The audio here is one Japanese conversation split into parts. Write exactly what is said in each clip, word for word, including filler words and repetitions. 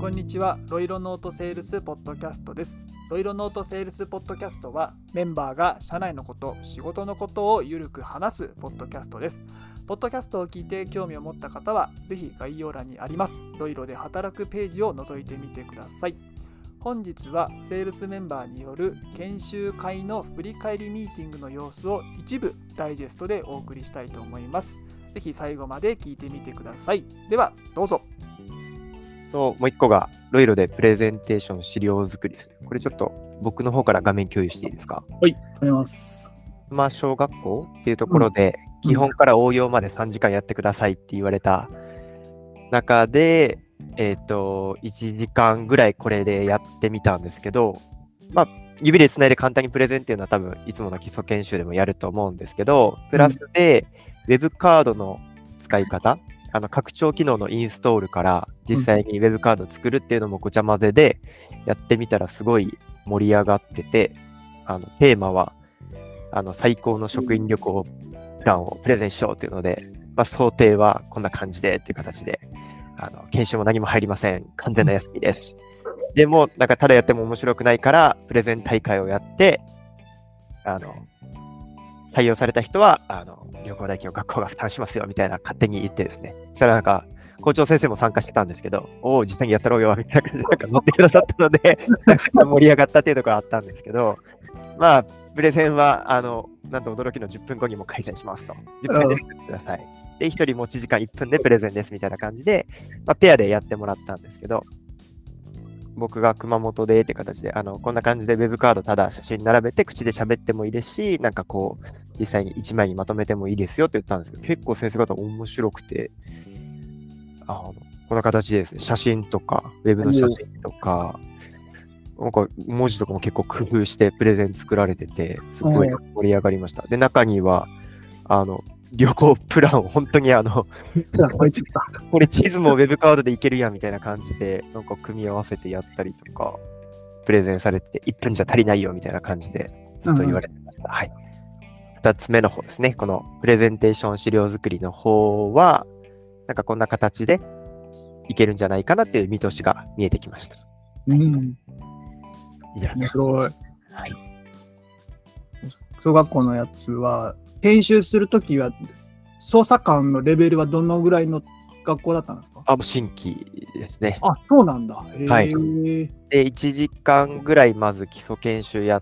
こんにちは。ロイロノートセールスポッドキャストです。ロイロノートセールスポッドキャストはメンバーが社内のこと、仕事のことをゆるく話すポッドキャストです。ポッドキャストを聞いて興味を持った方はぜひ概要欄にありますロイロで働くページを覗いてみてください。本日はセールスメンバーによる研修会の振り返りミーティングの様子を一部ダイジェストでお送りしたいと思います。ぜひ最後まで聞いてみてください。ではどうぞ。 ともう一個がロイロでプレゼンテーション資料作りです。これちょっと僕の方から画面共有していいですか？ はい、お願いします。 まあ小学校っていうところで、うん、基本から応用までさんじかんやってくださいって言われた中で、えっといちじかんぐらいこれでやってみたんですけど、まあ指でつないで簡単にプレゼンっていうのは多分いつもの基礎研修でもやると思うんですけど、プラスでウェブカードの使い方、あの拡張機能のインストールから実際にウェブカードを作るっていうのもごちゃ混ぜでやってみたらすごい盛り上がってて、あのテーマはあの最高の職員旅行プランをプレゼンしようっていうので、まあ、想定はこんな感じでっていう形で、あの研修も何も入りません。完全な休みです。でもなんかただやっても面白くないからプレゼン大会をやって、あの採用された人はあの旅行代金を学校が負担しますよみたいな勝手に言ってですね、そしたらなんか校長先生も参加してたんですけど、おお実際にやったろうよみたいな感じでなんか乗ってくださったので盛り上がったっていうところがあったんですけど、まあプレゼンはあのなんと驚きのじゅっぷんごにも開催しますと、じゅっぷんで作ってください。でひとり持ち時間いっぷんでプレゼンですみたいな感じで、まあ、ペアでやってもらったんですけど、僕が熊本でって形で、あのこんな感じでウェブカードただ写真並べて口で喋ってもいいですし、なんかこう実際にいちまいにまとめてもいいですよって言ったんですけど、結構先生方面白くて、あのこんな形でですね、写真とかウェブの写真とか、なんか文字とかも結構工夫してプレゼン作られてて、すごい盛り上がりました。で、中にはあの旅行プランを本当にあのこれ地図もウェブカードでいけるやんみたいな感じでなんか組み合わせてやったりとかプレゼンされてて、いっぷんじゃ足りないよみたいな感じでずっと言われてました。うん、はい。ふたつめの方ですね、このプレゼンテーション資料作りの方はなんかこんな形でいけるんじゃないかなっていう見通しが見えてきました。 うん。 いや面白い。はい。 小学校のやつは編集するときは捜査官のレベルはどのぐらいの学校だったんですか？ あ、もう新規ですね。 あ、そうなんだ。へー。はい。 で、いちじかんぐらいまず基礎研修やって、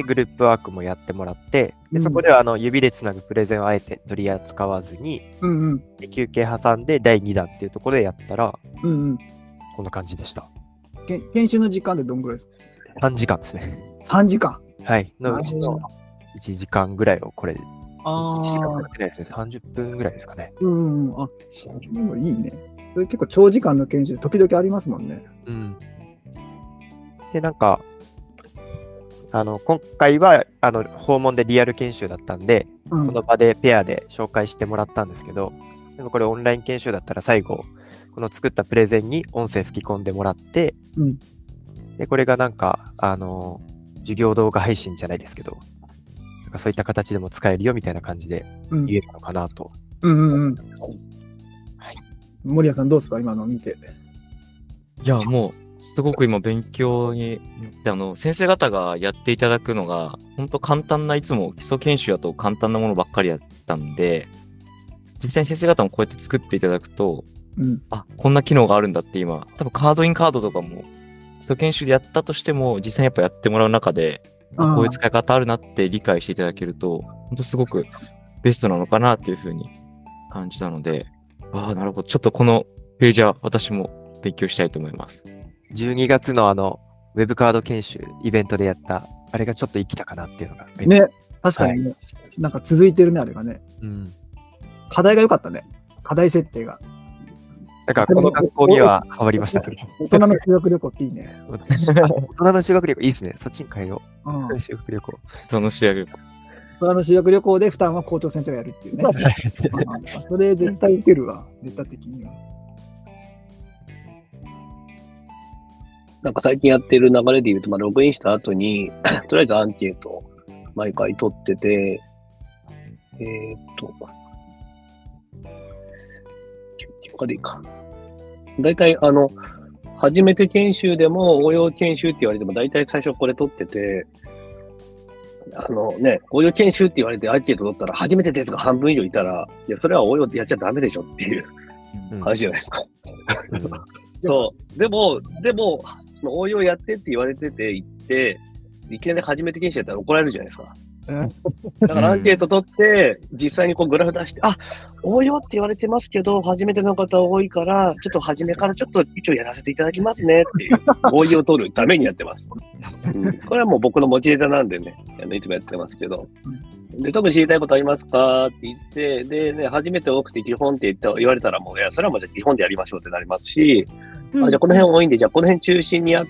グループワークもやってもらって、でそこではあの指でつなぐプレゼンをあえて取り扱わずに、うんうん、で休憩挟んでだいにだんっていうところでやったら、うんうん、こんな感じでした。 け研修の時間でどんぐらいですか？ さんじかんですね。 さんじかん。 はい。のうちのいちじかんぐらいをこれで。ああ。いちじかんかかってないですね。さんじゅっぷんぐらいですかね。 うん、うん。あ、でもいいね。それ結構長時間の研修、時々ありますもんね。 うん。で、なんか、あの、今回は、あの、訪問でリアル研修だったんで、うん、その場でペアで紹介してもらったんですけど、でもこれオンライン研修だったら最後、この作ったプレゼンに音声吹き込んでもらって、うん、で、これがなんか、あの、授業動画配信じゃないですけど、なんかそういった形でも使えるよみたいな感じで言えるのかなと。 うんうんうんうん。はい。森谷さんどうですか今の見て。 いや、もう、すごく今勉強に、あの、先生方がやっていただくのが、本当簡単な、いつも基礎研修だと簡単なものばっかりだったんで、実際に先生方もこうやって作っていただくと、うん、あ、こんな機能があるんだって今、多分カードインカードとかも、基礎研修でやったとしても、実際にやっぱやってもらう中で、あ、こういう使い方あるなって理解していただけると、本当すごくベストなのかなっていうふうに感じたので、ああ、なるほど。ちょっとこのページは私も勉強したいと思います。 じゅうにがつのあの、ウェブカード研修、イベントでやった、あれがちょっと生きたかなっていうのが。 ね、確かにね、はい、なんか続いてるね、あれがね。うん。課題が良かったね。課題設定が。 なんかこの学校にはハマりましたね。 大人の修学旅行っていいね。 大人の修学旅行いいですね。そっちに変えよう。うん、修学旅行。 大人の修学旅行。 大人の修学旅行で負担は校長先生がやるっていうね。それ絶対受けるわ、ネタ的には。 なんか最近やってる流れで言うと、まあ、ログインした後に、とりあえずアンケートを毎回取ってて、えー、っと、これでいいか。大体、あの、 初めて研修でも応用研修って言われても大体最初これ取ってて、あのね、応用研修って言われてアンケート取ったら初めてですが半分以上いたら、いや、それは応用やっちゃダメでしょっていう話じゃないですか。そう。でも、でも、応用やってって言われてて行って、いきなり初めて研修やったら怒られるじゃないですか。だからアンケート取って、実際にこうグラフ出して、あ、応用って言われてますけど、初めての方多いから、ちょっと初めからちょっと一応やらせていただきますねっていう、応用を取るためにやってます。うん、これはもう僕の持ちネタなんでね、あのいつもやってますけど。で、特に知りたいことありますかって言って、で、ね、初めて多くて基本って言った言われたらもう、いや、それはもうじゃあ基本でやりましょうってなりますし、 うんあじゃあこの辺多いんで、じゃあこの辺中心にあって、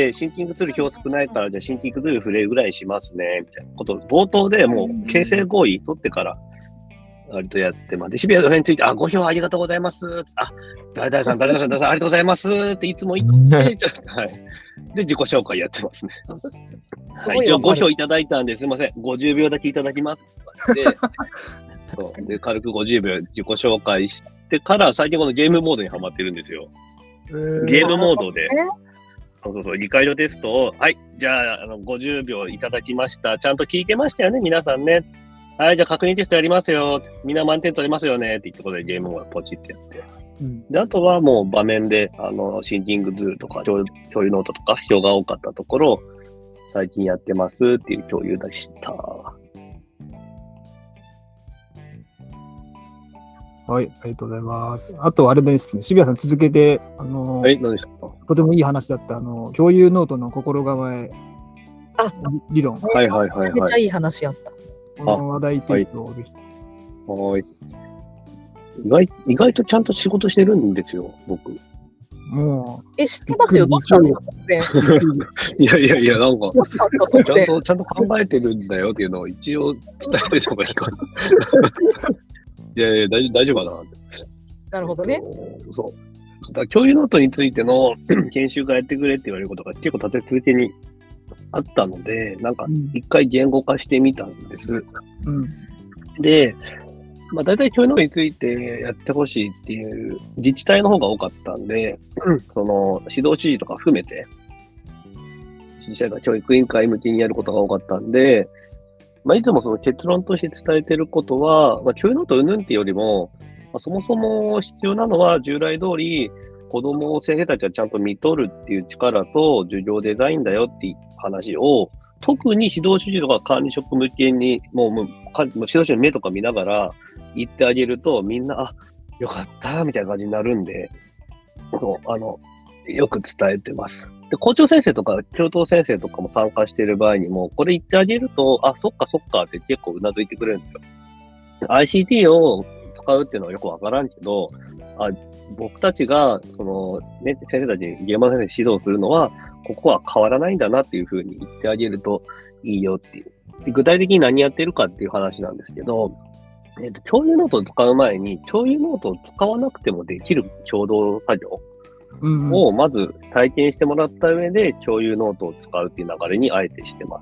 シンキングツール表少ないから、じゃあシンキングツール触れるぐらいしますね、みたいなことを冒頭でもう形成合意取ってから、割とやってます。で、渋谷の辺について、あ、ご票ありがとうございます。あ、誰々さん、誰々さん、誰々さん、ありがとうございますっていつも言って、ちょっと、はい。で、自己紹介やってますね。 すはい、一応ごごいわかる。 票いただいたんですいません。ごじゅうびょうだけいただきます。で、そうで軽くごじゅうびょう自己紹介してから、最近このゲームモードにハマってるんですよ。ゲームモードで、そうそうそう、理解度テストを、はい、じゃあ、あのごじゅうびょういただきました。ちゃんと聞いてましたよね、皆さんね。はい、じゃあ確認テストやりますよ。みんな満点取れますよね。って言ってことでゲームモードポチってやって。 うんで、あとはもう場面で、あの、シンキングツールとか、共共有ノートとか、表が多かったところ、最近やってますっていう共有でした。 はい、ありがとうございます。あと、あれですね、渋谷さん続けて、あの、 はい、何でしたか？ とてもいい話だった、あの、共有ノートの心構えあ理論、 はいはいはいはい。 めちゃめちゃいい話やった。 この話題提供をぜひ。 はい。意外、意外とちゃんと仕事してるんですよ、僕。 もえ、知ってますよ。どうしたんですか、突然。 いやいやいや、なんか、 どうしたんですか、突然。 ちゃんと、ちゃんと考えてるんだよっていうのを一応伝えておいた方がいいかな。いやいや、大丈夫、大丈夫かなって。 なるほどね。 そう。だから共有ノートについての研修会やってくれって言われることが結構立て続けにあったので、なんか一回言語化してみたんです。 う、うん、 で、まあ大体共有ノートについてやってほしいっていう自治体の方が多かったんで、その指導指示とか含めて、自治体が教育委員会向けにやることが多かったんで、まあ、いつもその結論として伝えていることは、まあ、共有ノート云々っていうよりも、まあ、そもそも必要なのは従来通り子供を先生たちはちゃんと見とるっていう力と授業デザインだよっていう話を、特に指導主事とか管理職向けに、もう、もう、か指導者の目とか見ながら言ってあげると、みんな、あ、よかったみたいな感じになるんで、そう、あの、よく伝えてます。で、校長先生とか教頭先生とかも参加している場合にも、これ言ってあげると、あ、そっかそっかって結構うなずいてくれるんですよ。アイシーティー を使うっていうのはよくわからんけど、あ、僕たちが、その、ね、先生たちに、ゲーマー先生に指導するのは、ここは変わらないんだなっていうふうに言ってあげるといいよっていう。で、具体的に何やってるかっていう話なんですけど、えっと、共有ノートを使う前に、共有ノートを使わなくてもできる共同作業うん、 をまず体験してもらった上で共有ノートを使うっていう流れにあえてしてます。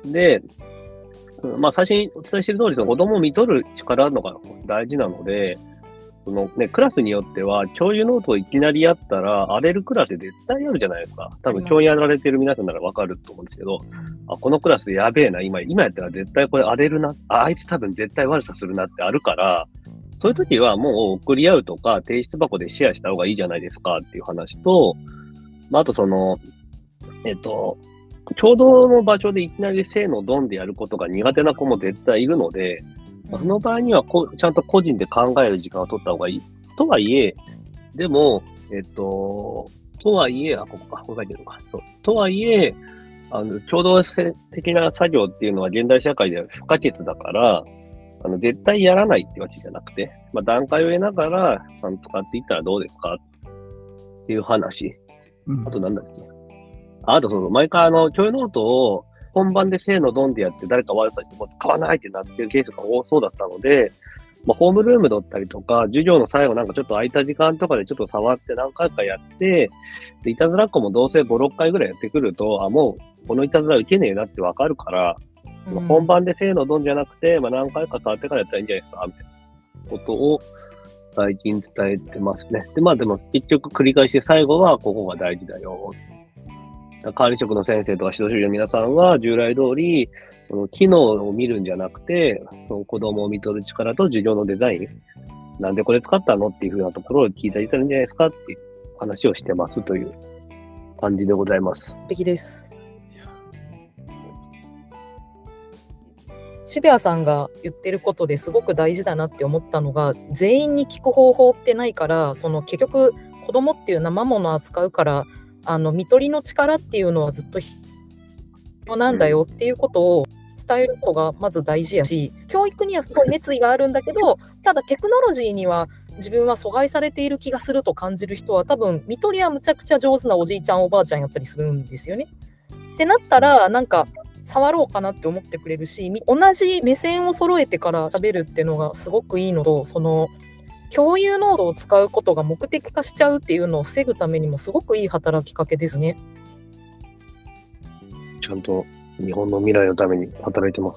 で、まあ最初にお伝えしている通り、その子供を見とる力のが大事なので、そのね、クラスによっては共有ノートをいきなりやったら荒れるクラスで絶対あるじゃないですか。多分教員やられてる皆さんならわかると思うんですけど、あ、このクラスやべえな、今、今やったら絶対これ荒れるな、あ、あいつ多分絶対悪さするなってあるから、そういう時はもう送り合うとか提出箱でシェアした方がいいじゃないですかっていう話と、まあ、あとその、えっと、共同の場所でいきなりせーのドンでやることが苦手な子も絶対いるので、その場合にはこちゃんと個人で考える時間を取った方がいい。とはいえ、でも、えっと、とはいえ、あ、ここか、ここ書いてるのか。そうとはいえ、あの、共同的な作業っていうのは現代社会では不可欠だから、あの、絶対やらないってわけじゃなくて、まあ、段階を得ながら、あの、使っていったらどうですかっていう話。 うん、 あとなんだっけ。あとその、毎回あの、共有ノートを本番でせーのドンでやって誰か悪さしても使わないってなってるケースが多そうだったので、まあ、ホームルームだったりとか、授業の最後なんかちょっと空いた時間とかでちょっと触って何回かやって、で、いたずらっ子もどうせご、ろっかいぐらいやってくると、あ、もうこのいたずら受けねえなってわかるから、 うん本番でせーのドンじゃなくて、まあ、何回か触ってからやったらいいんじゃないですかみたいなことを最近伝えてますね。で、まあでも結局繰り返して最後はここが大事だよ。管理職の先生とか指導主義の皆さんは従来通り、その機能を見るんじゃなくて、その子供を見とる力と授業のデザイン、なんでこれ使ったのっていうふうなところを聞いていたらいいんじゃないですかっていう話をしてますという感じでございます。 完璧です。渋谷さんが言ってることですごく大事だなって思ったのが、全員に聞く方法ってないから、その結局子供っていう生ものを扱うから、あの看取りの力っていうのはずっと必要なんだよっていうことを伝えることがまず大事やし、教育にはすごい熱意があるんだけど、ただテクノロジーには自分は阻害されている気がすると感じる人は、多分看取りはむちゃくちゃ上手なおじいちゃんおばあちゃんやったりするんですよね。ってなったら、なんか触ろうかなって思ってくれるし、同じ目線を揃えてから喋るっていうのがすごくいいのと、その共有ノードを使うことが目的化しちゃうっていうのを防ぐためにもすごくいい働きかけですね。 ちゃんと日本の未来のために働いてます。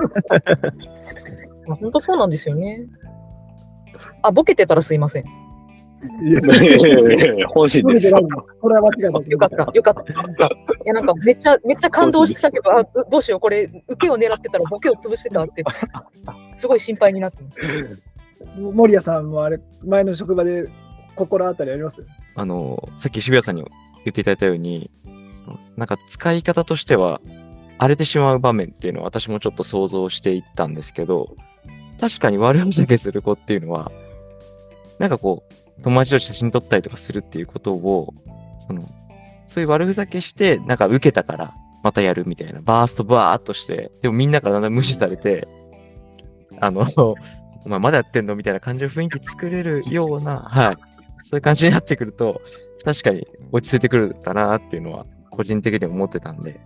本当そうなんですよね。あ、ボケてたらすいません。 いや、 本心です。 これは間違いない。 よかった、よかった。いや、なんかめっちゃ、めっちゃ感動してたけど、あ、どどうしよう、これ、受けを狙ってたらボケを潰してたって、すごい心配になってます。 森谷さんもあれ、前の職場で心当たりあります？ あの、さっき渋谷さんに言っていただいたように、そのなんか使い方としては、荒れてしまう場面っていうのは私もちょっと想像していったんですけど、確かに悪ふざけする子っていうのは、なんかこう、友達と写真撮ったりとかするっていうことを、その、そういう悪ふざけして、なんか受けたからまたやるみたいな、バーストバーっとして、でもみんなからだんだん無視されて、あの、お前まだやってんのみたいな感じの雰囲気作れるような、はい。そういう感じになってくると、確かに落ち着いてくるんだなっていうのは、個人的に思ってたんで。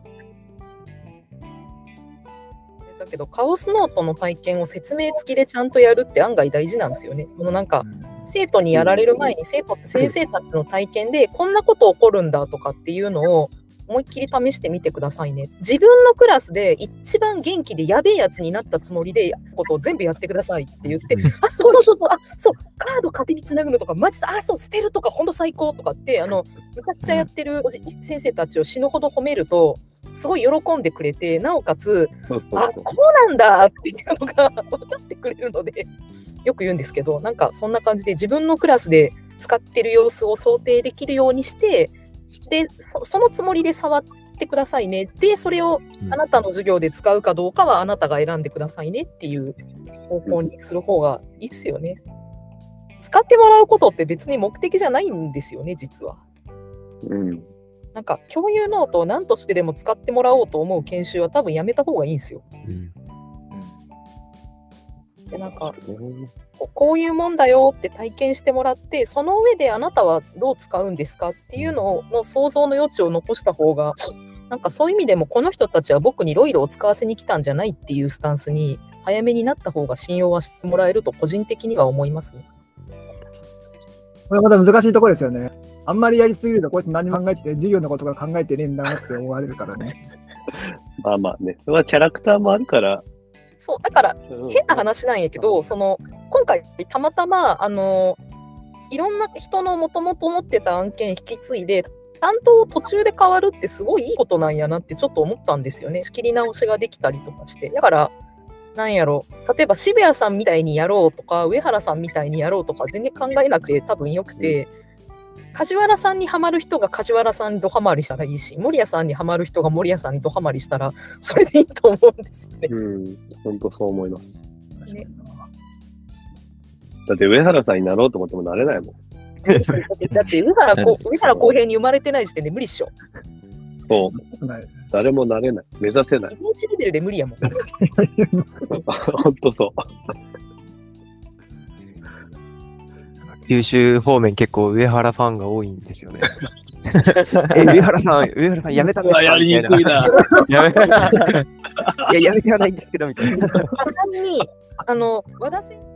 だけど、カオスノートの体験を説明付きでちゃんとやるって案外大事なんですよね。そのなんか、生徒にやられる前に生徒、先生たちの体験で、こんなこと起こるんだとかっていうのを、思いっきり試してみてくださいね。自分のクラスで一番元気でやべえやつになったつもりでことを全部やってくださいって言って、あ、そうそうそうそう、あ、そう、カード勝手につなぐのとか、マジで、あ、そう、捨てるとか、ほんと最高とかって、あの、むちゃくちゃやってるおじ先生たちを死ぬほど褒めると、すごい喜んでくれて、なおかつ、あ、こうなんだっていうのが分かってくれるので、よく言うんですけど、なんかそんな感じで自分のクラスで使ってる様子を想定できるようにして、で そ, そのつもりで触ってくださいね。で、それをあなたの授業で使うかどうかはあなたが選んでくださいねっていう方向にする方がいいですよね。使ってもらうことって別に目的じゃないんですよね、実は。 うん。 なんか共有ノートを何としてでも使ってもらおうと思う研修は多分やめた方がいいんですよ。うん、でなんかこういうもんだよって体験してもらって、その上であなたはどう使うんですかっていうのの想像の余地を残した方が、なんかそういう意味でもこの人たちは僕にロイロを使わせに来たんじゃないっていうスタンスに早めになった方が信用はしてもらえると個人的には思いますね。 これはまた難しいところですよね。あんまりやりすぎるとこいつ何も考えてて授業のことが考えてねえんだなって思われるからね。 まあまあね、それはキャラクターもあるから。 そうだから変な話なんやけど、その今回たまたまあのいろんな人のもともと持ってた案件引き継いで担当途中で変わるってすごいいいことなんやなってちょっと思ったんですよね。仕切り直しができたりとかして、だからなんやろ、例えば渋谷さんみたいにやろうとか上原さんみたいにやろうとか全然考えなくて多分よくて、梶原さんにハマる人が梶原さんにドハマりしたらいいし、守谷さんにハマる人が守谷さんにドハマりしたらそれでいいと思うんですよね。 うん、本当そう思います。 ね、 だって上原さんになろうと思ってもなれないもん。 だって上原こ上原浩平に生まれてない時点で無理っしょ。 そう。誰もなれない。目指せない。 遺伝子レベルで無理やもん。 本当そう。 九州方面結構上原ファンが多いんですよね。え、上原さん、上原さんやめたんですか？ やりにくいな。 やめいや、やめてはないんですけど、みたいな。 ちなみに、あの、和田先生